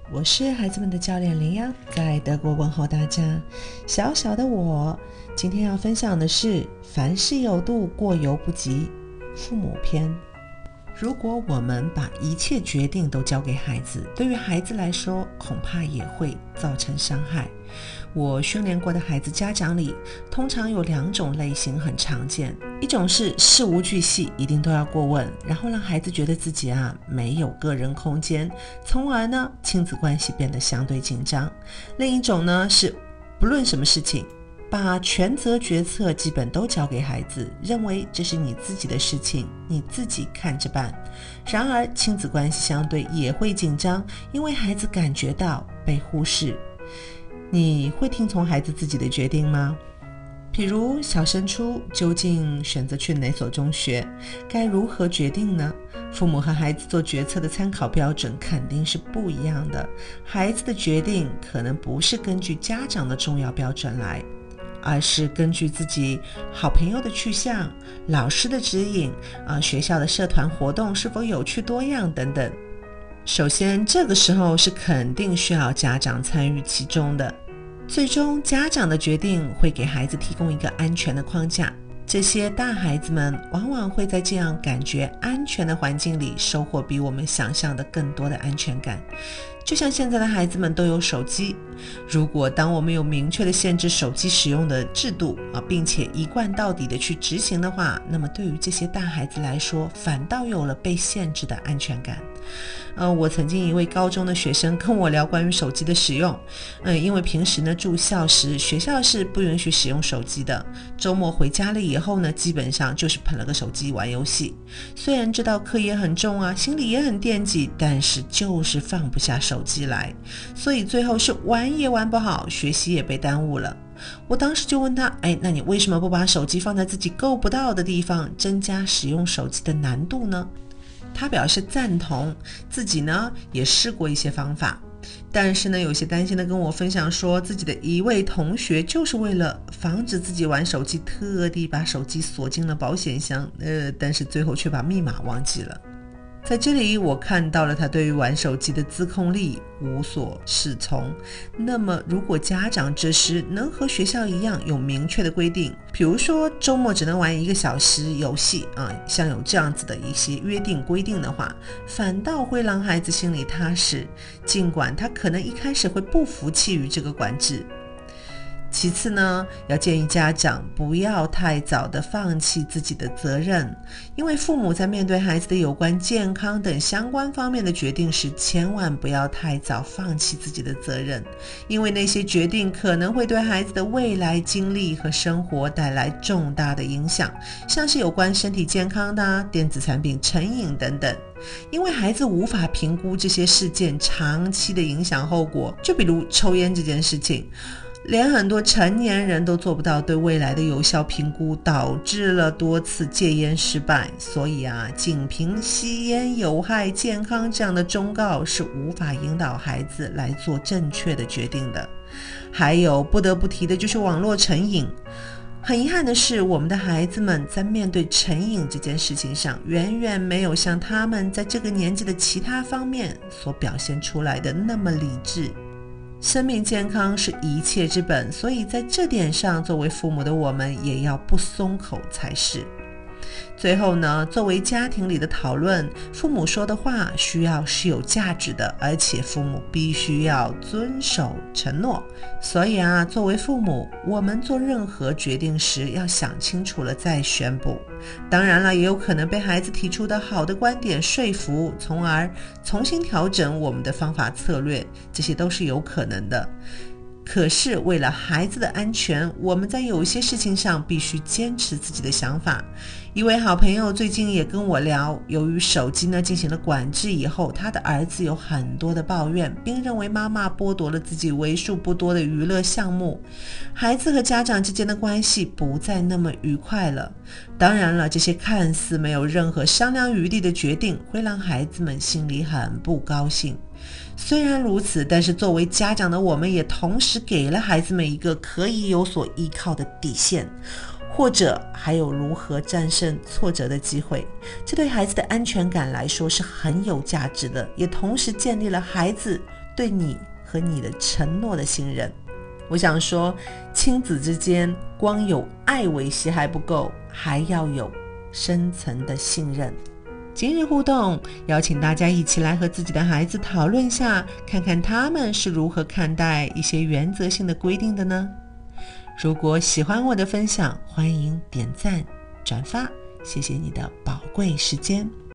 我是孩子们的教练林央，在德国问候大家。小小的我今天要分享的是凡事有度，过犹不及，父母篇。如果我们把一切决定都交给孩子，对于孩子来说恐怕也会造成伤害。我训练过的孩子家长里，通常有两种类型很常见，一种是事无巨细一定都要过问，然后让孩子觉得自己没有个人空间，从而呢亲子关系变得相对紧张。另一种呢是不论什么事情把全责决策基本都交给孩子，认为这是你自己的事情，你自己看着办。然而亲子关系相对也会紧张，因为孩子感觉到被忽视。你会听从孩子自己的决定吗？譬如小升初究竟选择去哪所中学，该如何决定呢？父母和孩子做决策的参考标准肯定是不一样的，孩子的决定可能不是根据家长的重要标准来，而是根据自己好朋友的去向、老师的指引、学校的社团活动是否有趣多样等等。首先，这个时候是肯定需要家长参与其中的。最终，家长的决定会给孩子提供一个安全的框架。这些大孩子们往往会在这样感觉安全的环境里收获比我们想象的更多的安全感。就像现在的孩子们都有手机，如果当我们有明确的限制手机使用的制度并且一贯到底的去执行的话，那么对于这些大孩子来说，反倒有了被限制的安全感。我曾经一位高中的学生跟我聊关于手机的使用，因为平时呢住校时学校是不允许使用手机的，周末回家了以后呢，基本上就是捧了个手机玩游戏。虽然知道课业很重心里也很惦记，但是就是放不下手机来，所以最后是玩也玩不好，学习也被耽误了。我当时就问他，那你为什么不把手机放在自己够不到的地方，增加使用手机的难度呢？他表示赞同，自己呢也试过一些方法，但是呢有些担心的跟我分享说，自己的一位同学就是为了防止自己玩手机，特地把手机锁进了保险箱，但是最后却把密码忘记了。在这里我看到了他对于玩手机的自控力无所适从。那么如果家长这时能和学校一样有明确的规定，比如说周末只能玩1个小时游戏像有这样子的一些约定规定的话，反倒会让孩子心里踏实，尽管他可能一开始会不服气于这个管制。其次呢，要建议家长不要太早的放弃自己的责任，因为父母在面对孩子的有关健康等相关方面的决定时，千万不要太早放弃自己的责任，因为那些决定可能会对孩子的未来经历和生活带来重大的影响，像是有关身体健康的电子产品成瘾等等。因为孩子无法评估这些事件长期的影响后果，就比如抽烟这件事情，连很多成年人都做不到对未来的有效评估，导致了多次戒烟失败。所以仅凭吸烟有害健康这样的忠告是无法引导孩子来做正确的决定的。还有不得不提的就是网络成瘾。很遗憾的是，我们的孩子们在面对成瘾这件事情上，远远没有像他们在这个年纪的其他方面所表现出来的那么理智。生命健康是一切之本，所以在这点上，作为父母的我们也要不松口才是。最后呢，作为家庭里的讨论，父母说的话需要是有价值的，而且父母必须要遵守承诺。所以作为父母，我们做任何决定时要想清楚了再宣布。当然了，也有可能被孩子提出的好的观点说服，从而重新调整我们的方法策略，这些都是有可能的。可是为了孩子的安全，我们在有些事情上必须坚持自己的想法。一位好朋友最近也跟我聊，由于手机呢进行了管制以后，他的儿子有很多的抱怨，并认为妈妈剥夺了自己为数不多的娱乐项目，孩子和家长之间的关系不再那么愉快了。当然了，这些看似没有任何商量余地的决定，会让孩子们心里很不高兴。虽然如此，但是作为家长的我们也同时给了孩子们一个可以有所依靠的底线，或者还有如何战胜挫折的机会。这对孩子的安全感来说是很有价值的，也同时建立了孩子对你和你的承诺的信任。我想说，亲子之间光有爱维系还不够，还要有深层的信任。今日互动，邀请大家一起来和自己的孩子讨论一下，看看他们是如何看待一些原则性的规定的呢？如果喜欢我的分享，欢迎点赞、转发，谢谢你的宝贵时间。